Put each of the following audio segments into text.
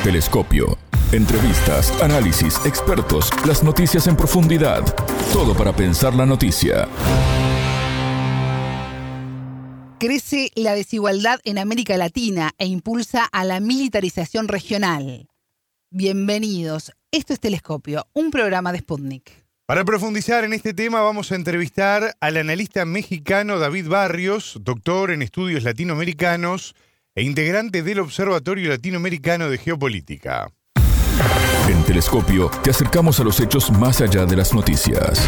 Telescopio. Entrevistas, análisis, expertos, las noticias en profundidad. Todo para pensar la noticia. Crece la desigualdad en América Latina e impulsa a la militarización regional. Bienvenidos. Esto es Telescopio, un programa de Sputnik. Para profundizar en este tema vamos a entrevistar al analista mexicano David Barrios, doctor en estudios latinoamericanos e integrante del Observatorio Latinoamericano de Geopolítica. En Telescopio te acercamos a los hechos más allá de las noticias.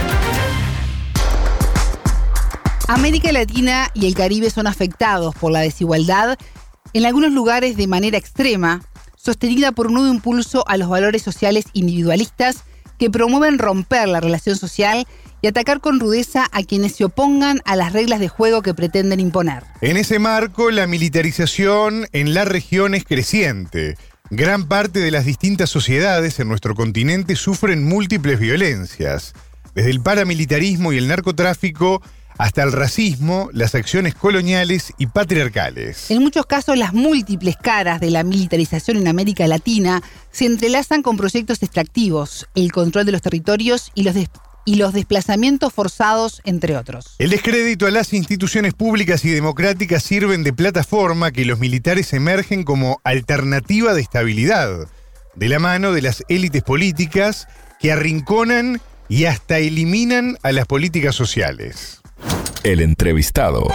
América Latina y el Caribe son afectados por la desigualdad, en algunos lugares de manera extrema, sostenida por un nuevo impulso a los valores sociales individualistas que promueven romper la relación social y atacar con rudeza a quienes se opongan a las reglas de juego que pretenden imponer. En ese marco, la militarización en la región es creciente. Gran parte de las distintas sociedades en nuestro continente sufren múltiples violencias, desde el paramilitarismo y el narcotráfico hasta el racismo, las acciones coloniales y patriarcales. En muchos casos, las múltiples caras de la militarización en América Latina se entrelazan con proyectos extractivos, el control de los territorios y los desplazamientos forzados, entre otros. El descrédito a las instituciones públicas y democráticas sirven de plataforma que los militares emergen como alternativa de estabilidad, de la mano de las élites políticas que arrinconan y hasta eliminan a las políticas sociales. El entrevistado.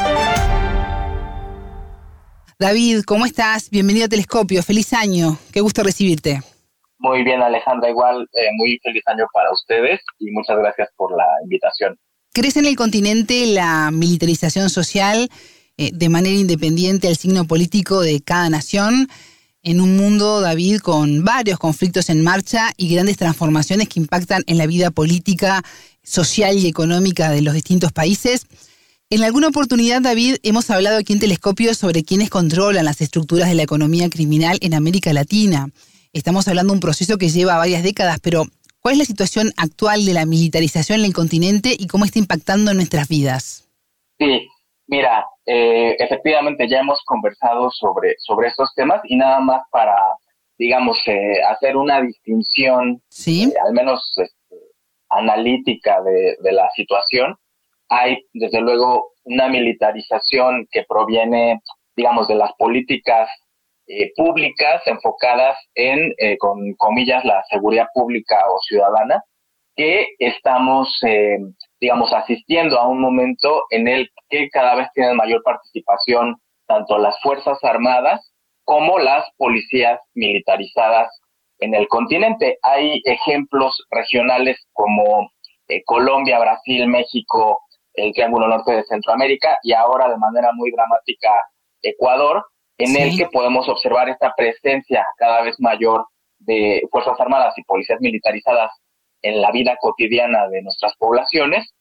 David, ¿cómo estás? Bienvenido a Telescopio. Feliz año. Qué gusto recibirte. Muy bien, Alejandra. Igual, muy feliz año para ustedes y muchas gracias por la invitación. ¿Crece en el continente la militarización social de manera independiente al signo político de cada nación? En un mundo, David, con varios conflictos en marcha y grandes transformaciones que impactan en la vida política, social y económica de los distintos países. En alguna oportunidad, David, hemos hablado aquí en Telescopio sobre quienes controlan las estructuras de la economía criminal en América Latina. Estamos hablando de un proceso que lleva varias décadas, pero ¿cuál es la situación actual de la militarización en el continente y cómo está impactando en nuestras vidas? Sí, mira, efectivamente ya hemos conversado sobre estos temas y nada más para, digamos, hacer una distinción, ¿sí? Al menos analítica de la situación. Hay, desde luego, una militarización que proviene, digamos, de las políticas públicas enfocadas en, con comillas, la seguridad pública o ciudadana, que estamos, digamos, asistiendo a un momento en el que cada vez tienen mayor participación tanto las Fuerzas Armadas como las policías militarizadas en el continente. Hay ejemplos regionales como Colombia, Brasil, México, el Triángulo Norte de Centroamérica y ahora de manera muy dramática Ecuador, en el que podemos observar esta presencia cada vez mayor de Fuerzas Armadas y policías militarizadas en la vida cotidiana de nuestras poblaciones.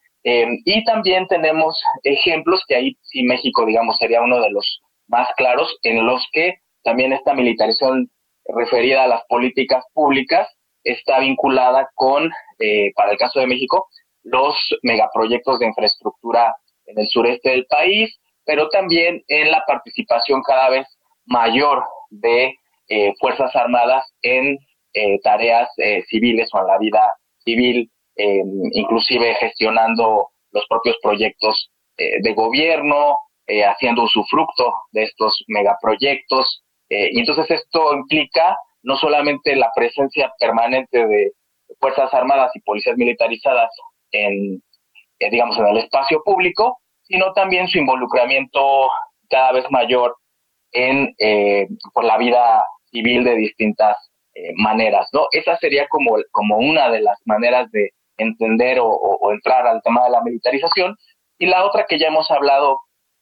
Y también tenemos ejemplos que ahí sí México, digamos, sería uno de los más claros, en los que también esta militarización referida a las políticas públicas está vinculada con, para el caso de México, los megaproyectos de infraestructura en el sureste del país, pero también en la participación cada vez mayor de Fuerzas Armadas en tareas civiles o en la vida civil, inclusive gestionando los propios proyectos de gobierno, haciendo usufructo de estos megaproyectos. Y entonces esto implica no solamente la presencia permanente de Fuerzas Armadas y policías militarizadas en, digamos, en el espacio público, sino también su involucramiento cada vez mayor en por la vida civil de distintas maneras, ¿no? Esa sería como una de las maneras de entender o entrar al tema de la militarización. Y la otra que ya hemos hablado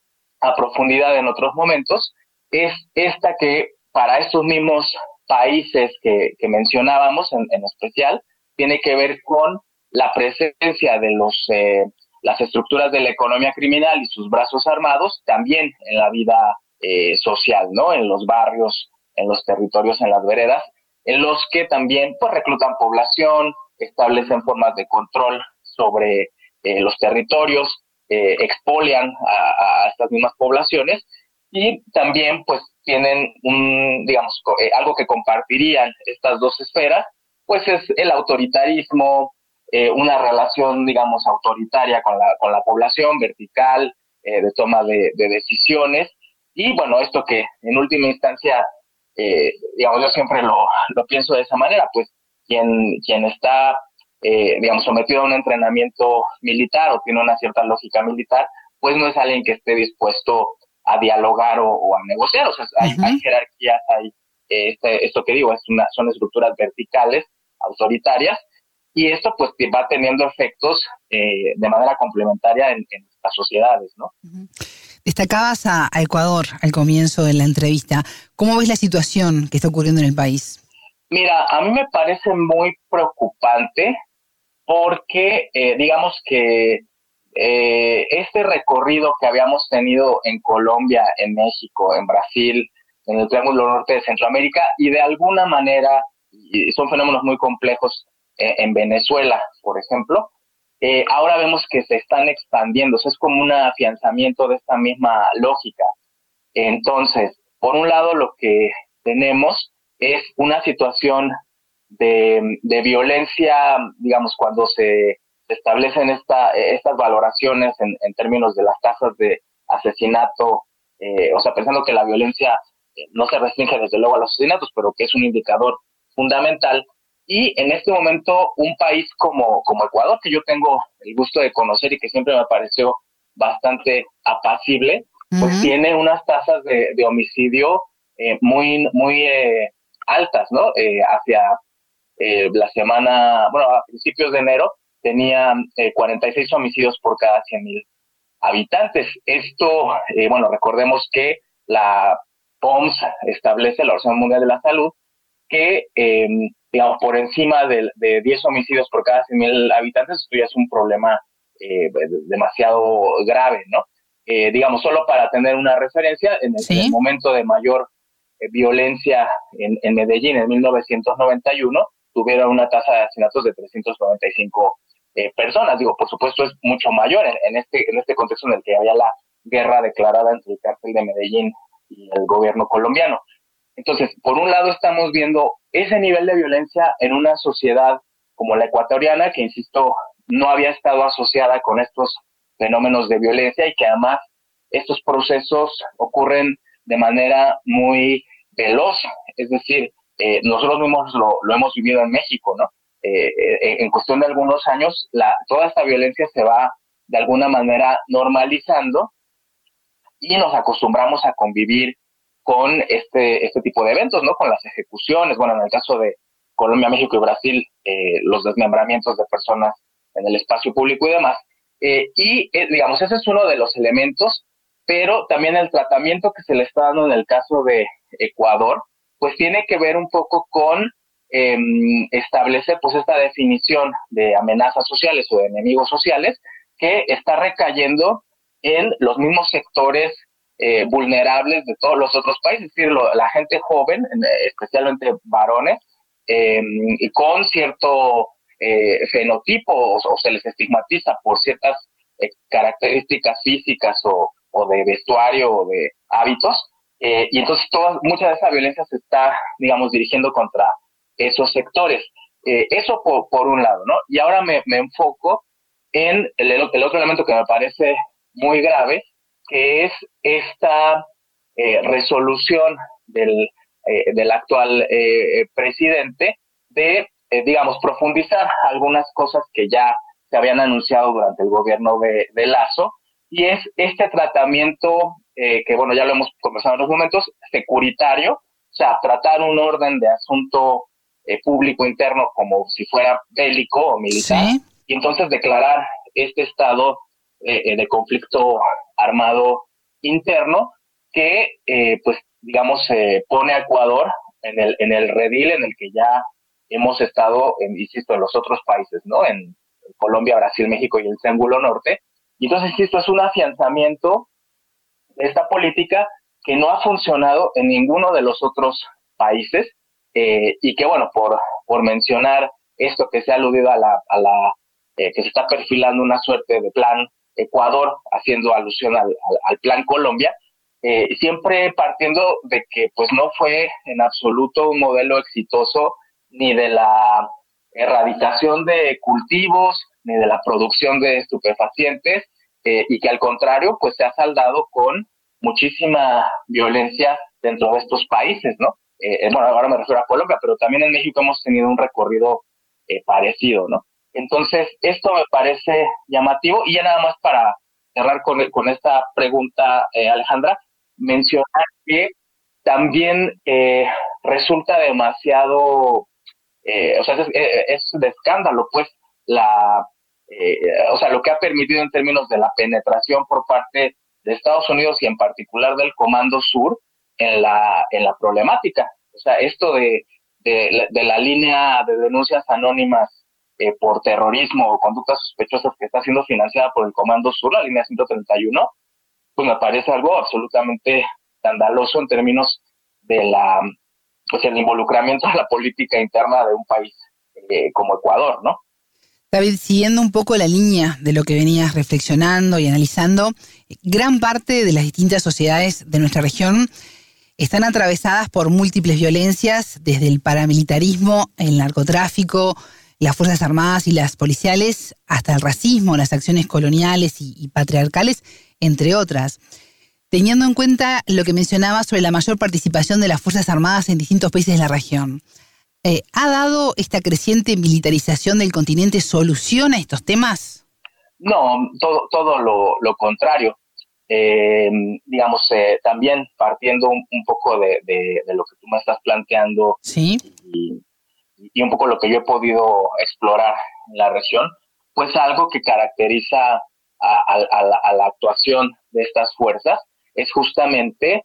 a profundidad en otros momentos es esta que para estos mismos países que mencionábamos en especial, tiene que ver con la presencia de las estructuras de la economía criminal y sus brazos armados también en la vida social, ¿no? En los barrios, en los territorios, en las veredas, en los que también pues reclutan población, establecen formas de control sobre los territorios, expolian a estas mismas poblaciones y también pues tienen algo que compartirían estas dos esferas, pues es el autoritarismo, una relación, digamos, autoritaria con la población, vertical, de toma de decisiones, y bueno, esto que en última instancia, yo siempre lo pienso de esa manera, pues quien está, sometido a un entrenamiento militar o tiene una cierta lógica militar, pues no es alguien que esté dispuesto a dialogar o a negociar. O sea, hay jerarquías, hay esto que digo, son estructuras verticales, autoritarias, y esto pues va teniendo efectos de manera complementaria en las sociedades, ¿no? Destacabas a Ecuador al comienzo de la entrevista. ¿Cómo ves la situación que está ocurriendo en el país? Mira, a mí me parece muy preocupante porque digamos que este recorrido que habíamos tenido en Colombia, en México, en Brasil, en el Triángulo Norte de Centroamérica, y de alguna manera, y son fenómenos muy complejos en Venezuela, por ejemplo, ahora vemos que se están expandiendo. O sea, es como un afianzamiento de esta misma lógica. Entonces, por un lado, lo que tenemos es una situación de violencia, digamos, cuando se establecen estas valoraciones en términos de las tasas de asesinato, pensando que la violencia no se restringe desde luego a los asesinatos, pero que es un indicador fundamental. Y en este momento un país como Ecuador, que yo tengo el gusto de conocer y que siempre me pareció bastante apacible, pues tiene unas tasas de homicidio muy altas, ¿no? A principios de enero tenía 46 homicidios por cada 100,000 habitantes. Esto, recordemos que la OMS establece, la Organización Mundial de la Salud, que, por encima de 10 homicidios por cada 100,000 habitantes, esto ya es un problema demasiado grave, ¿no? Solo para tener una referencia, en el momento de mayor violencia en Medellín, en 1991, tuvieron una tasa de asesinatos de 395 personas. Por supuesto es mucho mayor en este contexto en el que había la guerra declarada entre el cártel de Medellín y el gobierno colombiano. Entonces, por un lado estamos viendo ese nivel de violencia en una sociedad como la ecuatoriana, que, insisto, no había estado asociada con estos fenómenos de violencia, y que además estos procesos ocurren de manera muy veloz. Es decir, nosotros mismos lo hemos vivido en México, ¿no? En cuestión de algunos años, toda esta violencia se va de alguna manera normalizando y nos acostumbramos a convivir con este tipo de eventos, ¿no? Con las ejecuciones, en el caso de Colombia, México y Brasil, los desmembramientos de personas en el espacio público y demás. Ese es uno de los elementos, pero también el tratamiento que se le está dando en el caso de Ecuador, pues tiene que ver un poco con establecer pues esta definición de amenazas sociales o de enemigos sociales que está recayendo en los mismos sectores vulnerables de todos los otros países, es decir, la gente joven, especialmente varones, y con cierto fenotipo o se les estigmatiza por ciertas características físicas o de vestuario o de hábitos, y entonces mucha de esa violencia se está, dirigiendo contra esos sectores. Eso por un lado, ¿no? Y ahora me enfoco en el otro elemento que me parece muy grave, que es esta resolución del actual presidente de, profundizar algunas cosas que ya se habían anunciado durante el gobierno de Lasso, y es este tratamiento que, ya lo hemos conversado en otros momentos, securitario, o sea, tratar un orden de asunto público interno como si fuera bélico o militar, y entonces declarar este estado de conflicto armado interno que, pone a Ecuador en el redil en el que ya hemos estado, insisto, en los otros países, ¿no? En Colombia, Brasil, México y el Triángulo Norte. Y entonces, insisto, es un afianzamiento de esta política que no ha funcionado en ninguno de los otros países, y que, por mencionar esto que se ha aludido que se está perfilando una suerte de plan Ecuador, haciendo alusión al plan Colombia, siempre partiendo de que pues no fue en absoluto un modelo exitoso ni de la erradicación de cultivos ni de la producción de estupefacientes, y que al contrario pues se ha saldado con muchísima violencia dentro de estos países, ¿no? Bueno, ahora me refiero a Colombia, pero también en México hemos tenido un recorrido parecido, ¿no? Entonces, esto me parece llamativo, y ya nada más para cerrar con esta pregunta, Alejandra, mencionar que también resulta demasiado, o sea, es de escándalo, pues, o sea, lo que ha permitido en términos de la penetración por parte de Estados Unidos y en particular del Comando Sur en la problemática. O sea, esto de la línea de denuncias anónimas por terrorismo o conductas sospechosas que está siendo financiada por el Comando Sur, la línea 131, pues me parece algo absolutamente escandaloso en términos de pues el involucramiento a la política interna de un país como Ecuador, ¿no? David, siguiendo un poco la línea de lo que venías reflexionando y analizando, gran parte de las distintas sociedades de nuestra región están atravesadas por múltiples violencias, desde el paramilitarismo, el narcotráfico, las Fuerzas Armadas y las policiales, hasta el racismo, las acciones coloniales y patriarcales, entre otras. Teniendo en cuenta lo que mencionabas sobre la mayor participación de las Fuerzas Armadas en distintos países de la región, ¿ha dado esta creciente militarización del continente solución a estos temas? No, todo lo contrario. Digamos, también partiendo un poco de lo que tú me estás planteando, ¿sí? y un poco lo que yo he podido explorar en la región, pues algo que caracteriza a la actuación de estas fuerzas es justamente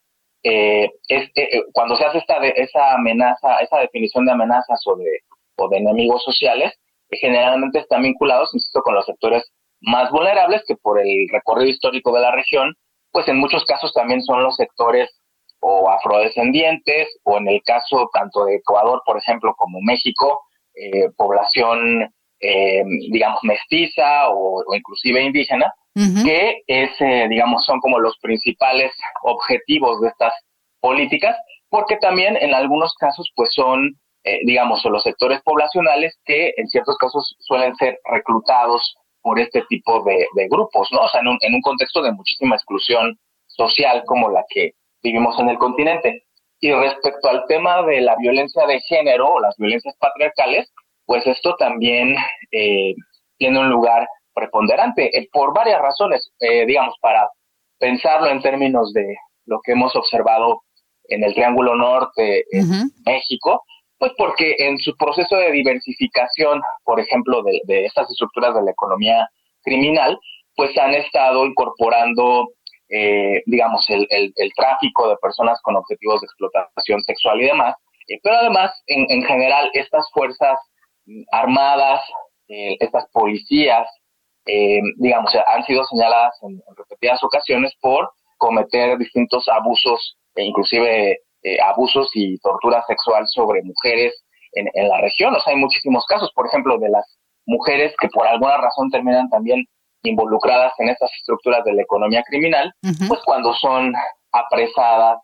cuando se hace esa amenaza, esa definición de amenazas o de enemigos sociales, que generalmente están vinculados, insisto, con los sectores más vulnerables, que por el recorrido histórico de la región, pues en muchos casos también son los sectores o afrodescendientes, o en el caso tanto de Ecuador, por ejemplo, como México, población, digamos, mestiza o inclusive indígena, uh-huh, que digamos, son como los principales objetivos de estas políticas, porque también en algunos casos, pues son, digamos, los sectores poblacionales que en ciertos casos suelen ser reclutados por este tipo de grupos, ¿no? O sea, en un contexto de muchísima exclusión social como la que vivimos en el continente. Y respecto al tema de la violencia de género o las violencias patriarcales, pues esto también tiene un lugar preponderante por varias razones, digamos, para pensarlo en términos de lo que hemos observado en el Triángulo Norte, en uh-huh, México, pues porque en su proceso de diversificación, por ejemplo, de estas estructuras de la economía criminal, pues han estado incorporando, digamos, el tráfico de personas con objetivos de explotación sexual y demás, pero además, en general, estas fuerzas armadas, estas policías, digamos, han sido señaladas en repetidas ocasiones por cometer distintos abusos, inclusive abusos y tortura sexual sobre mujeres en la región. O sea, hay muchísimos casos, por ejemplo, de las mujeres que por alguna razón terminan también involucradas en estas estructuras de la economía criminal, uh-huh, pues cuando son apresadas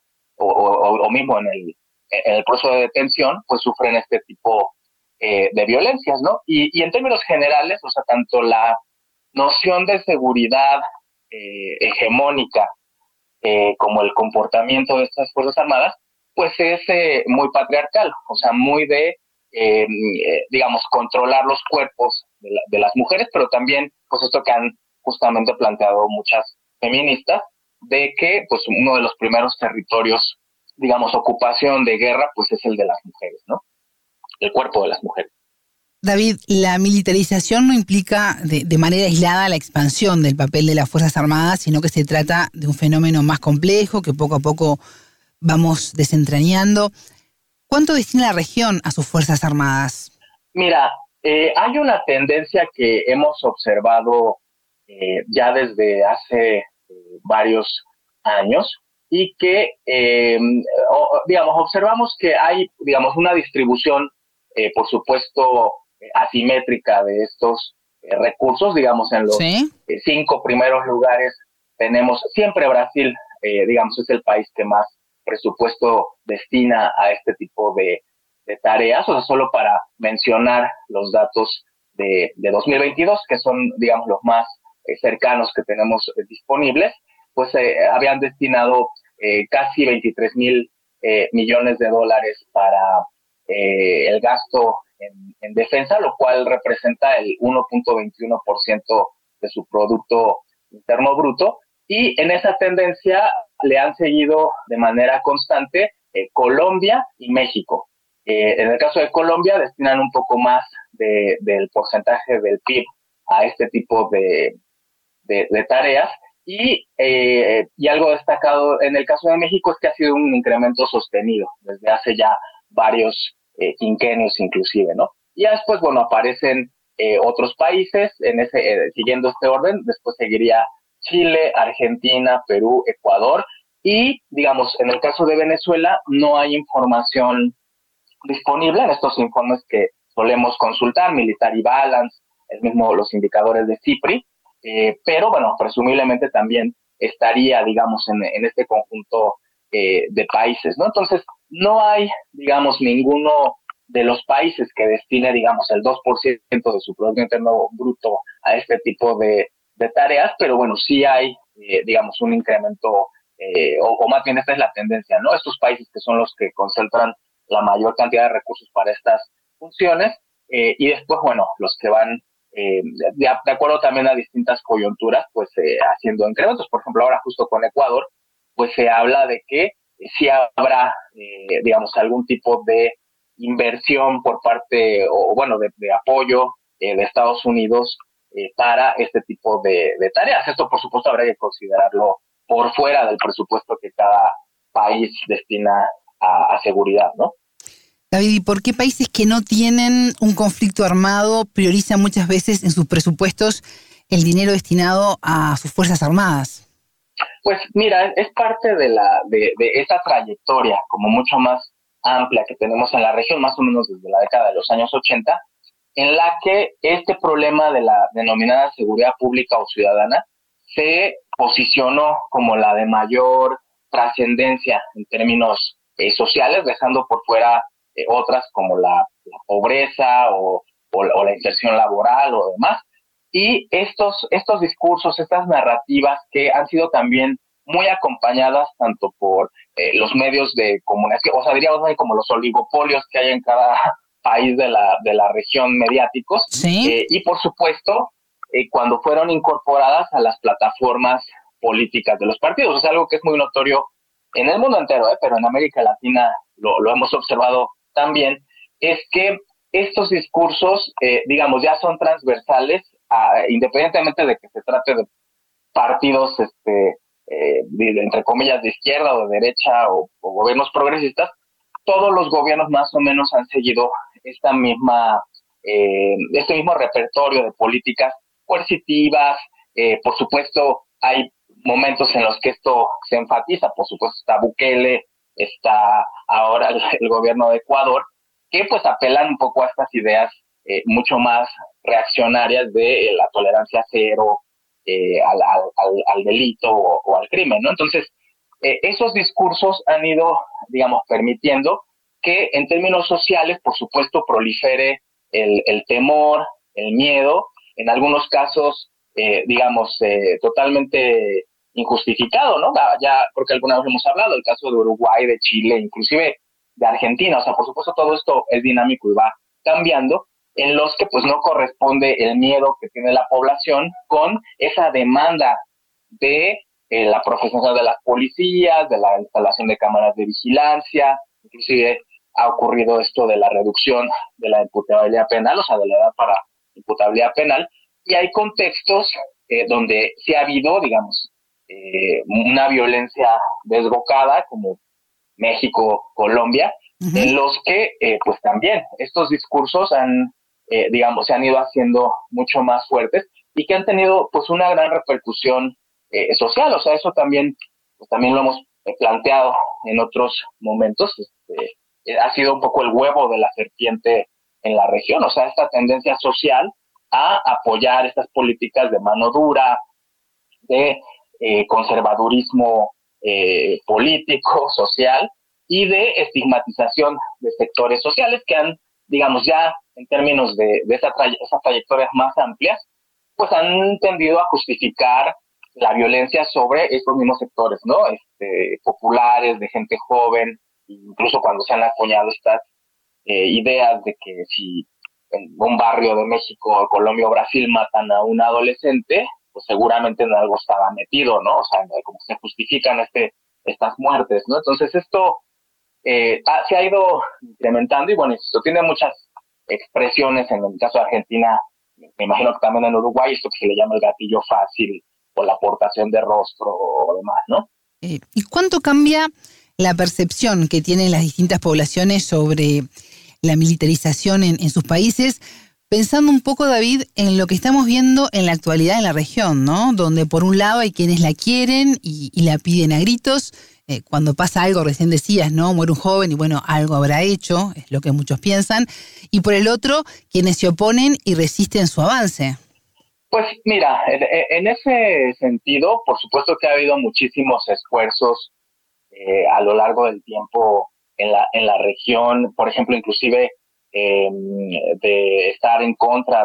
o mismo en el proceso de detención, pues sufren este tipo de violencias, ¿no? Y en términos generales, o sea, tanto la noción de seguridad hegemónica como el comportamiento de estas Fuerzas Armadas, pues es muy patriarcal, o sea, muy de, digamos, controlar los cuerpos de las mujeres, pero también, pues esto que han justamente planteado muchas feministas, de que, pues, uno de los primeros territorios, digamos, ocupación de guerra, pues es el de las mujeres, ¿no? El cuerpo de las mujeres. David, la militarización no implica de manera aislada la expansión del papel de las Fuerzas Armadas, sino que se trata de un fenómeno más complejo que poco a poco vamos desentrañando. ¿Cuánto destina la región a sus Fuerzas Armadas? Mira, hay una tendencia que hemos observado ya desde hace varios años y que, digamos, observamos que hay, digamos, una distribución, por supuesto, asimétrica de estos recursos. Digamos, en los 5 primeros lugares tenemos, siempre Brasil digamos, es el país que más presupuesto destina a este tipo de tareas. O sea, solo para mencionar los datos de 2022, que son, digamos, los más cercanos que tenemos disponibles, pues habían destinado casi 23,000 millones de dólares para el gasto en defensa, lo cual representa el 1.21% de su Producto Interno Bruto. Y en esa tendencia le han seguido de manera constante Colombia y México. En el caso de Colombia destinan un poco más del porcentaje del PIB a este tipo de tareas. Y algo destacado en el caso de México es que ha sido un incremento sostenido desde hace ya varios quinquenios inclusive, ¿no? Y ya después, bueno, aparecen otros países siguiendo este orden. Después seguiría Chile, Argentina, Perú, Ecuador. Y, digamos, en el caso de Venezuela no hay información disponible en estos informes que solemos consultar, Military Balance, los indicadores de CIPRI, pero bueno, presumiblemente también estaría, digamos, en este conjunto de países, ¿no? Entonces, no hay, digamos, ninguno de los países que destine, digamos, el 2% de su Producto Interno Bruto a este tipo de tareas, pero bueno, sí hay, digamos, un incremento, o más bien esta es la tendencia, ¿no? Estos países que son los que concentran la mayor cantidad de recursos para estas funciones, y después, bueno, los que van de acuerdo también a distintas coyunturas, pues haciendo incrementos. Por ejemplo, ahora justo con Ecuador, pues se habla de que sí habrá, digamos, algún tipo de inversión por parte, o bueno, de apoyo de Estados Unidos para este tipo de tareas. Esto, por supuesto, habrá que considerarlo por fuera del presupuesto que cada país destina a seguridad, ¿no? David, ¿y por qué países que no tienen un conflicto armado priorizan muchas veces en sus presupuestos el dinero destinado a sus Fuerzas Armadas? Pues mira, es parte de esa trayectoria como mucho más amplia que tenemos en la región, más o menos desde la década de los años 80, en la que este problema de la denominada seguridad pública o ciudadana se posicionó como la de mayor trascendencia en términos sociales, dejando por fuera otras como la pobreza o la inserción laboral o demás. Y estos discursos, estas narrativas que han sido también muy acompañadas tanto por los medios de comunicación, o sea, diríamos como los oligopolios que hay en cada país de la región mediáticos, ¿sí? Y por supuesto, cuando fueron incorporadas a las plataformas políticas de los partidos. Es algo que es muy notorio en el mundo entero, pero en América Latina lo hemos observado también, es que estos discursos, digamos, ya son transversales, independientemente de que se trate de partidos, entre comillas, de izquierda o de derecha o gobiernos progresistas. Todos los gobiernos más o menos han seguido este mismo repertorio de políticas coercitivas. Por supuesto, hay momentos en los que esto se enfatiza. Por supuesto, está Bukele, está ahora el gobierno de Ecuador, que pues apelan un poco a estas ideas mucho más reaccionarias de la tolerancia cero al delito o al crimen, ¿no? Entonces, esos discursos han ido, digamos, permitiendo que en términos sociales, por supuesto, prolifere el temor, el miedo, en algunos casos, digamos, totalmente injustificado, ¿no? Ya creo que alguna vez hemos hablado, el caso de Uruguay, de Chile, inclusive de Argentina. O sea, por supuesto, todo esto es dinámico y va cambiando, en los que pues no corresponde el miedo que tiene la población con esa demanda de la profesionalización de las policías, de la instalación de cámaras de vigilancia. Inclusive ha ocurrido esto de la reducción de la imputabilidad penal, o sea, de la edad para imputabilidad penal, y hay contextos donde sí ha habido, digamos, una violencia desbocada, como México, Colombia, en los que pues también estos discursos digamos, se han ido haciendo mucho más fuertes y que han tenido pues una gran repercusión social. O sea, eso también, pues, también lo hemos planteado en otros momentos. Ha sido un poco el huevo de la serpiente en la región. O sea, esta tendencia social a apoyar estas políticas de mano dura, de conservadurismo político, social, y de estigmatización de sectores sociales que han, digamos, ya en términos de esas trayectorias más amplias, pues han tendido a justificar la violencia sobre estos mismos sectores, ¿no? Populares, de gente joven, incluso cuando se han acuñado estas ideas de que si en un barrio de México, Colombia o Brasil matan a un adolescente, pues seguramente en algo estaba metido, ¿no? O sea, como se justifican estas muertes, ¿no? Entonces esto se ha ido incrementando y bueno, esto tiene muchas expresiones. En el caso de Argentina, me imagino que también en Uruguay, esto que se le llama el gatillo fácil o la aportación de rostro o demás, ¿no? ¿Y cuánto cambia la percepción que tienen las distintas poblaciones sobre la militarización en sus países? Pensando un poco, David, en lo que estamos viendo en la actualidad en la región, ¿no? Donde por un lado hay quienes la quieren y la piden a gritos. Cuando pasa algo, recién decías, ¿no? Muere un joven y bueno, algo habrá hecho, es lo que muchos piensan. Y por el otro, quienes se oponen y resisten su avance. Pues mira, en ese sentido, por supuesto que ha habido muchísimos esfuerzos a lo largo del tiempo en la región, por ejemplo, inclusive de estar en contra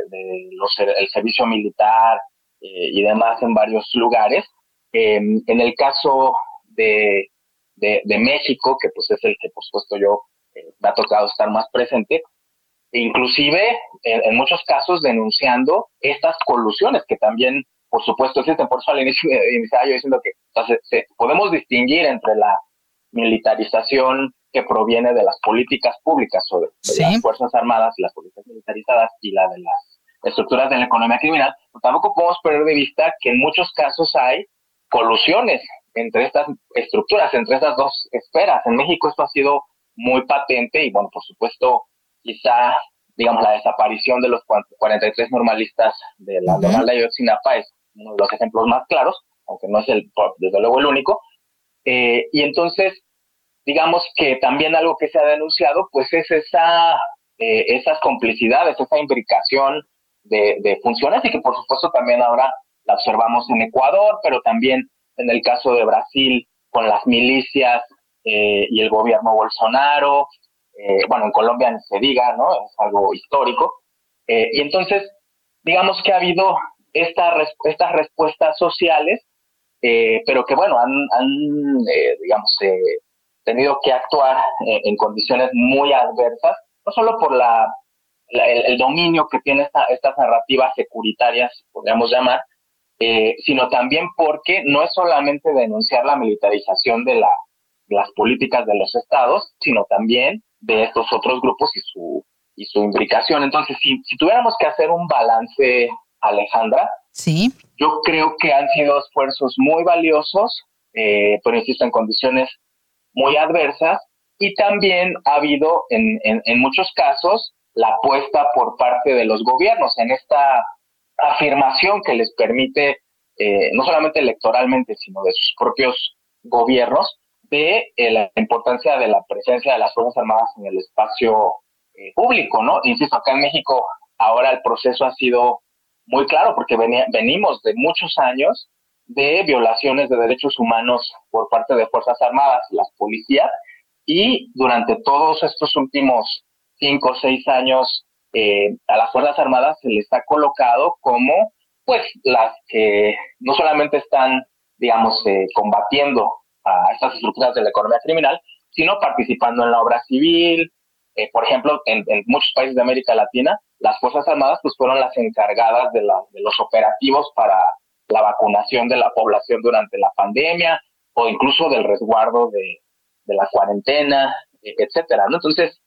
el servicio militar y demás en varios lugares. En el caso de México, que pues es el que por supuesto yo me ha tocado estar más presente, inclusive en muchos casos denunciando estas colusiones que también por supuesto existen. Por eso al inicio iniciaba yo diciendo que entonces, podemos distinguir entre la militarización que proviene de las políticas públicas sobre las Fuerzas Armadas y las policías militarizadas y la de las estructuras de la economía criminal, pero tampoco podemos perder de vista que en muchos casos hay colusiones entre estas estructuras, entre estas dos esferas. En México esto ha sido muy patente y bueno, por supuesto, quizá, digamos, la desaparición de los 43 normalistas de la Donalda de Ayotzinapa es uno de los ejemplos más claros, aunque no es desde luego el único. Y entonces, digamos que también algo que se ha denunciado, pues es esas complicidades, esa imbricación de funciones y que por supuesto también ahora la observamos en Ecuador, pero también en el caso de Brasil con las milicias y el gobierno Bolsonaro. Bueno, en Colombia ni se diga, ¿no? Es algo histórico. Y entonces, digamos que ha habido estas respuestas sociales, pero que, bueno, han tenido que actuar en condiciones muy adversas, no solo por el dominio que tiene estas narrativas securitarias, podríamos llamar, sino también porque no es solamente denunciar la militarización de las políticas de los estados, sino también de estos otros grupos y su imbricación. Entonces, si tuviéramos que hacer un balance, Alejandra, sí, yo creo que han sido esfuerzos muy valiosos, pero insisto, en condiciones muy adversas, y también ha habido en muchos casos la apuesta por parte de los gobiernos en esta afirmación que les permite, no solamente electoralmente, sino de sus propios gobiernos, de la importancia de la presencia de las Fuerzas Armadas en el espacio público, ¿no? Insisto, acá en México ahora el proceso ha sido muy claro porque venimos de muchos años de violaciones de derechos humanos por parte de Fuerzas Armadas, las policías, y durante todos estos últimos 5 o 6 años a las Fuerzas Armadas se les ha colocado como pues las que no solamente están, digamos, combatiendo a estas estructuras de la economía criminal, sino participando en la obra civil. Por ejemplo, en muchos países de América Latina, las Fuerzas Armadas pues fueron las encargadas de los operativos para la vacunación de la población durante la pandemia, o incluso del resguardo de la cuarentena, etcétera, ¿no? Entonces,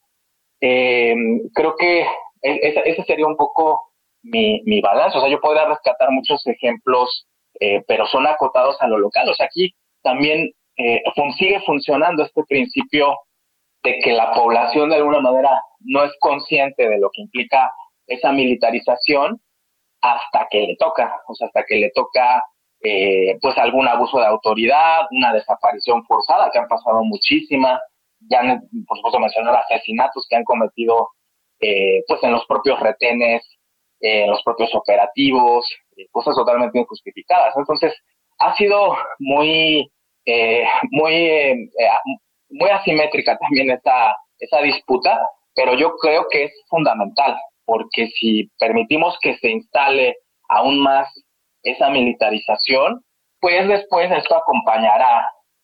creo que ese sería un poco mi balance. O sea, yo podría rescatar muchos ejemplos, pero son acotados a lo local. O sea, aquí también sigue funcionando este principio de que la población de alguna manera no es consciente de lo que implica esa militarización hasta que le toca, o sea, hasta que le toca pues algún abuso de autoridad, una desaparición forzada, que han pasado muchísimas, ya por supuesto mencionar asesinatos que han cometido pues en los propios retenes, en los propios operativos, cosas totalmente injustificadas. Entonces, ha sido muy muy asimétrica también esa disputa, pero yo creo que es fundamental, porque si permitimos que se instale aún más esa militarización, pues después esto acompañará,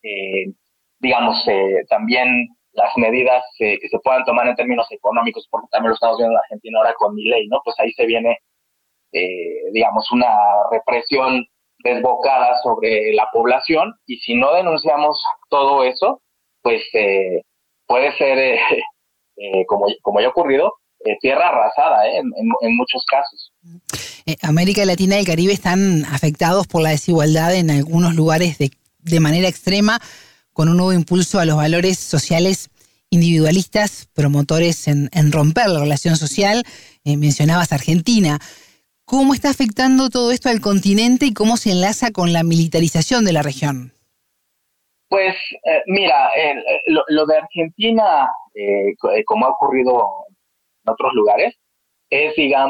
también las medidas que se puedan tomar en términos económicos, porque también lo estamos viendo en Argentina ahora con Milei, ¿no? Pues ahí se viene, una represión desbocada sobre la población, y si no denunciamos todo eso, pues puede ser, como ya ha ocurrido, tierra arrasada en muchos casos. América Latina y el Caribe están afectados por la desigualdad en algunos lugares de manera extrema, con un nuevo impulso a los valores sociales individualistas, promotores en romper la relación social. Mencionabas Argentina. ¿Cómo está afectando todo esto al continente y cómo se enlaza con la militarización de la región? Pues mira, lo de Argentina, como ha ocurrido en otros lugares, es,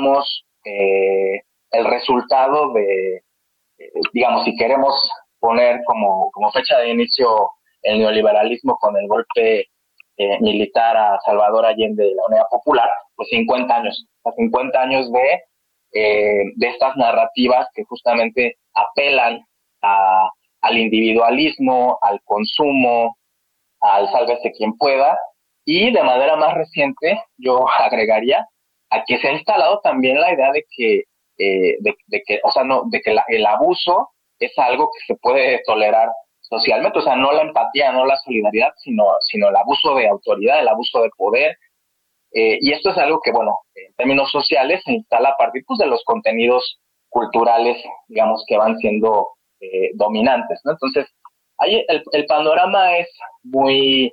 el resultado de, si queremos poner como fecha de inicio el neoliberalismo con el golpe militar a Salvador Allende y la Unidad Popular, pues 50 años. 50 años de estas narrativas que justamente apelan al individualismo, al consumo, al sálvese quien pueda, y de manera más reciente yo agregaría a que se ha instalado también la idea de que el abuso es algo que se puede tolerar socialmente, no la empatía, no la solidaridad, sino el abuso de autoridad, el abuso de poder. Y esto es algo que, en términos sociales se instala a partir de los contenidos culturales, que van siendo dominantes, ¿no? Entonces, ahí el panorama es muy,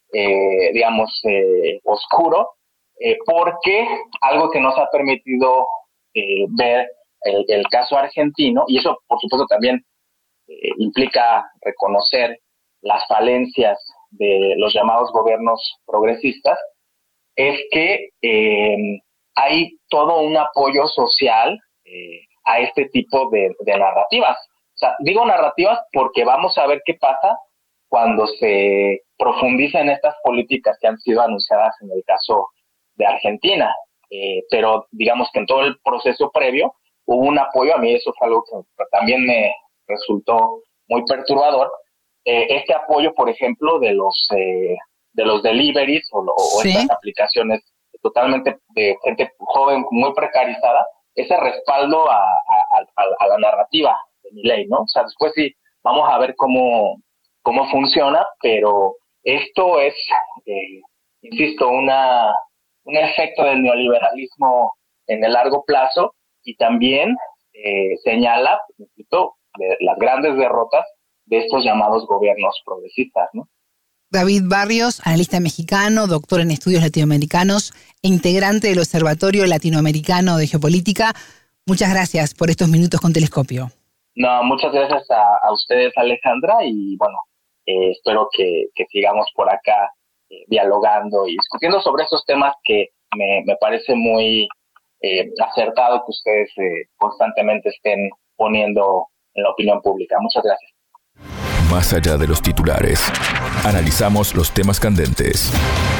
oscuro, porque algo que nos ha permitido ver el caso argentino, y eso, por supuesto, también implica reconocer las falencias de los llamados gobiernos progresistas, es que hay todo un apoyo social a este tipo de narrativas. Digo narrativas porque vamos a ver qué pasa cuando se profundiza en estas políticas que han sido anunciadas en el caso de Argentina. Pero digamos que en todo el proceso previo hubo un apoyo. A mí eso fue algo que también me resultó muy perturbador. Este apoyo, por ejemplo, de los deliveries o ¿sí? Estas aplicaciones totalmente de gente joven, muy precarizada, ese respaldo a la narrativa de Milei, ¿no? Después sí vamos a ver cómo funciona, pero esto es, insisto, un efecto del neoliberalismo en el largo plazo, y también señala, insisto, de las grandes derrotas de estos llamados gobiernos progresistas, ¿no? David Barrios, analista mexicano, doctor en estudios latinoamericanos e integrante del Observatorio Latinoamericano de Geopolítica. Muchas gracias por estos minutos con Telescopio. No, muchas gracias a ustedes, Alejandra, y espero que sigamos por acá dialogando y discutiendo sobre estos temas que me parece muy acertado que ustedes constantemente estén poniendo en la opinión pública. Muchas gracias. Más allá de los titulares, analizamos los temas candentes.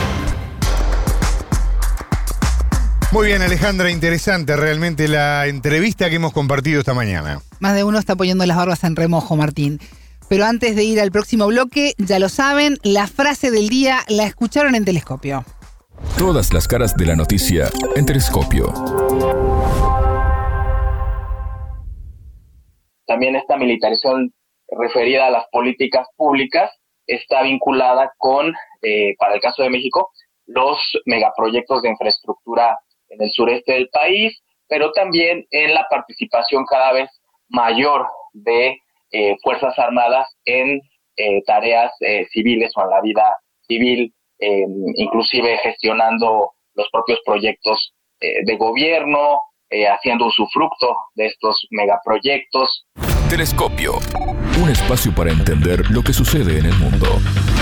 Muy bien, Alejandra, interesante realmente la entrevista que hemos compartido esta mañana. Más de uno está poniendo las barbas en remojo, Martín. Pero antes de ir al próximo bloque, ya lo saben, la frase del día la escucharon en Telescopio. Todas las caras de la noticia en Telescopio. También esta militarización referida a las políticas públicas está vinculada con, para el caso de México, los megaproyectos de infraestructura en el sureste del país, pero también en la participación cada vez mayor de Fuerzas Armadas en tareas civiles o en la vida civil, inclusive gestionando los propios proyectos de gobierno, haciendo usufructo de estos megaproyectos. Telescopio, un espacio para entender lo que sucede en el mundo.